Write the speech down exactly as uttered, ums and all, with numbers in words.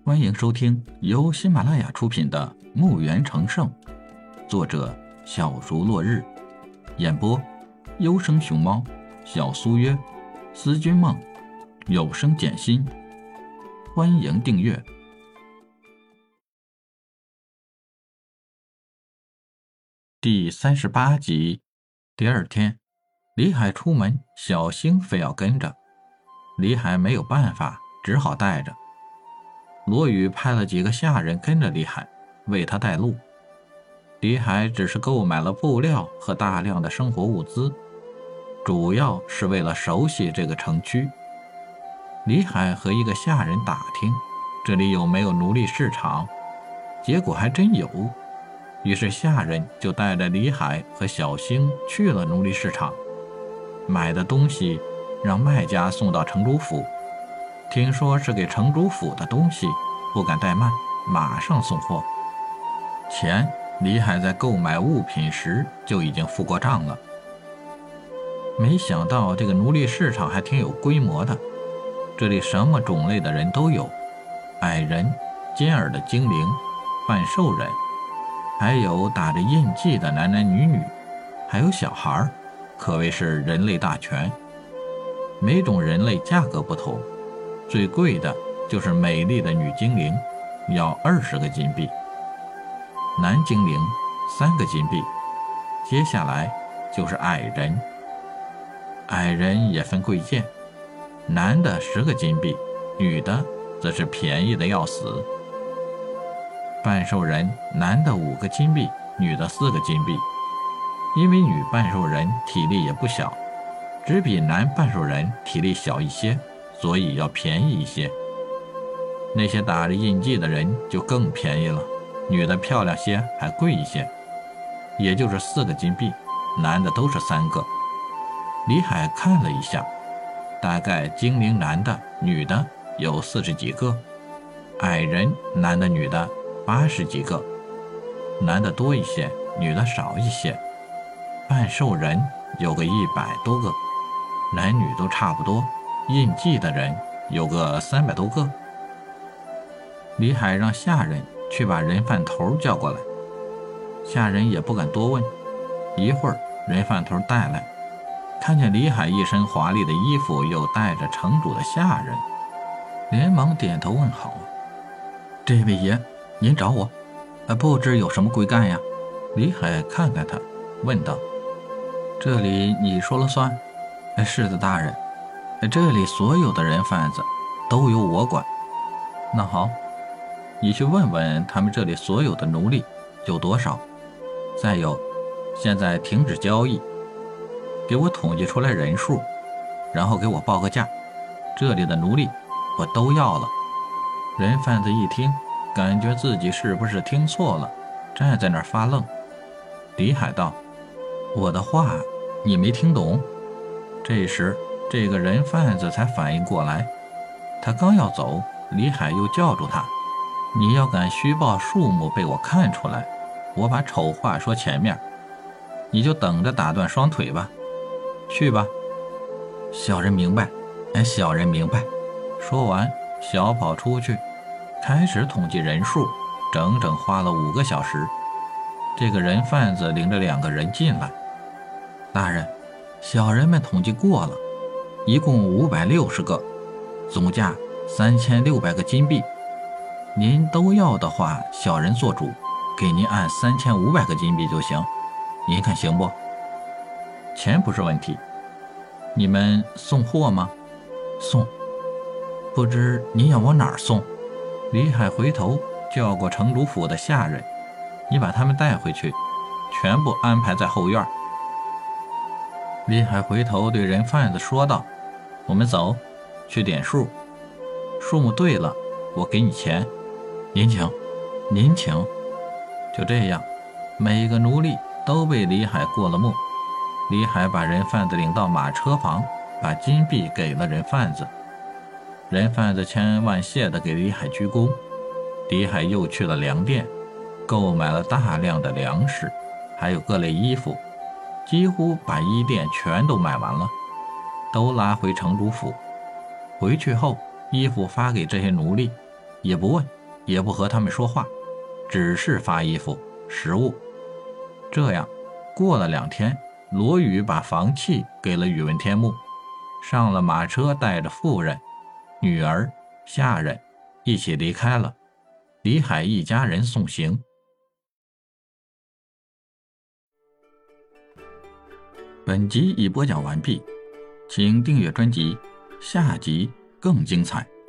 欢迎收听由喜马拉雅出品的《墓园成圣》，作者小竹落日，演播优生熊猫、小苏约、思君梦、有声简心。欢迎订阅。第三十八集。第二天，李海出门，小星非要跟着，李海没有办法，只好带着。罗宇派了几个下人跟着李海，为他带路。李海只是购买了布料和大量的生活物资，主要是为了熟悉这个城区。李海和一个下人打听这里有没有奴隶市场，结果还真有。于是下人就带着李海和小星去了奴隶市场，买的东西让卖家送到城主府。听说是给城主府的东西，不敢怠慢，马上送货。钱李海在购买物品时就已经付过账了。没想到这个奴隶市场还挺有规模的，这里什么种类的人都有，矮人、尖耳的精灵、贩售人，还有打着印记的男男女女，还有小孩，可谓是人类大全。每种人类价格不同，最贵的就是美丽的女精灵，要二十个金币，男精灵三个金币，接下来就是矮人。矮人也分贵贱，男的十个金币，女的则是便宜的要死。半兽人，男的五个金币，女的四个金币。因为女半兽人体力也不小，只比男半兽人体力小一些，所以要便宜一些。那些打着印记的人就更便宜了，女的漂亮些还贵一些，也就是四个金币，男的都是三个。李海看了一下，大概精灵男的女的有四十几个，矮人男的女的八十几个，男的多一些，女的少一些。半兽人有个一百多个，男女都差不多，印记的人有个三百多个。李海让下人去把人贩头叫过来，下人也不敢多问。一会儿人贩头带来，看见李海一身华丽的衣服，又带着城主的下人，连忙点头问好。这位爷，您找我，呃，不知有什么贵干呀？李海看看他，问道。这里你说了算？哎，是的，大人。这里所有的人贩子都由我管。那好，你去问问他们这里所有的奴隶有多少。再有，现在停止交易，给我统计出来人数，然后给我报个价。这里的奴隶我都要了。人贩子一听，感觉自己是不是听错了，站在那儿发愣。李海道：我的话你没听懂？这时这个人贩子才反应过来，他刚要走，李海又叫住他：你要敢虚报数目被我看出来，我把丑话说前面，你就等着打断双腿吧。去吧。小人明白，哎，小人明白。说完小跑出去，开始统计人数，整整花了五个小时。这个人贩子领着两个人进来。大人，小人们统计过了，一共五百六十个，总价三千六百个金币。您都要的话，小人做主，给您按三千五百个金币就行，您看行不？钱不是问题。你们送货吗？送。不知您要往哪儿送？李海回头叫过城主府的下人，你把他们带回去，全部安排在后院。李海回头对人贩子说道：我们走，去点数，数目对了，我给你钱。您请，您请。就这样，每个奴隶都被李海过了目。李海把人贩子领到马车旁，把金币给了人贩子。人贩子千恩万谢地给李海鞠躬。李海又去了粮店，购买了大量的粮食，还有各类衣服，几乎把衣店全都买完了，都拉回城主府。回去后，衣服发给这些奴隶， 也不问，也不和他们说话，只是发衣服、食物。这样过了两天，罗宇把房契给了宇文天木，上了马车，带着夫人、女儿、下人一起离开了。李海一家人送行。本集已播讲完毕，请订阅专辑，下集更精彩。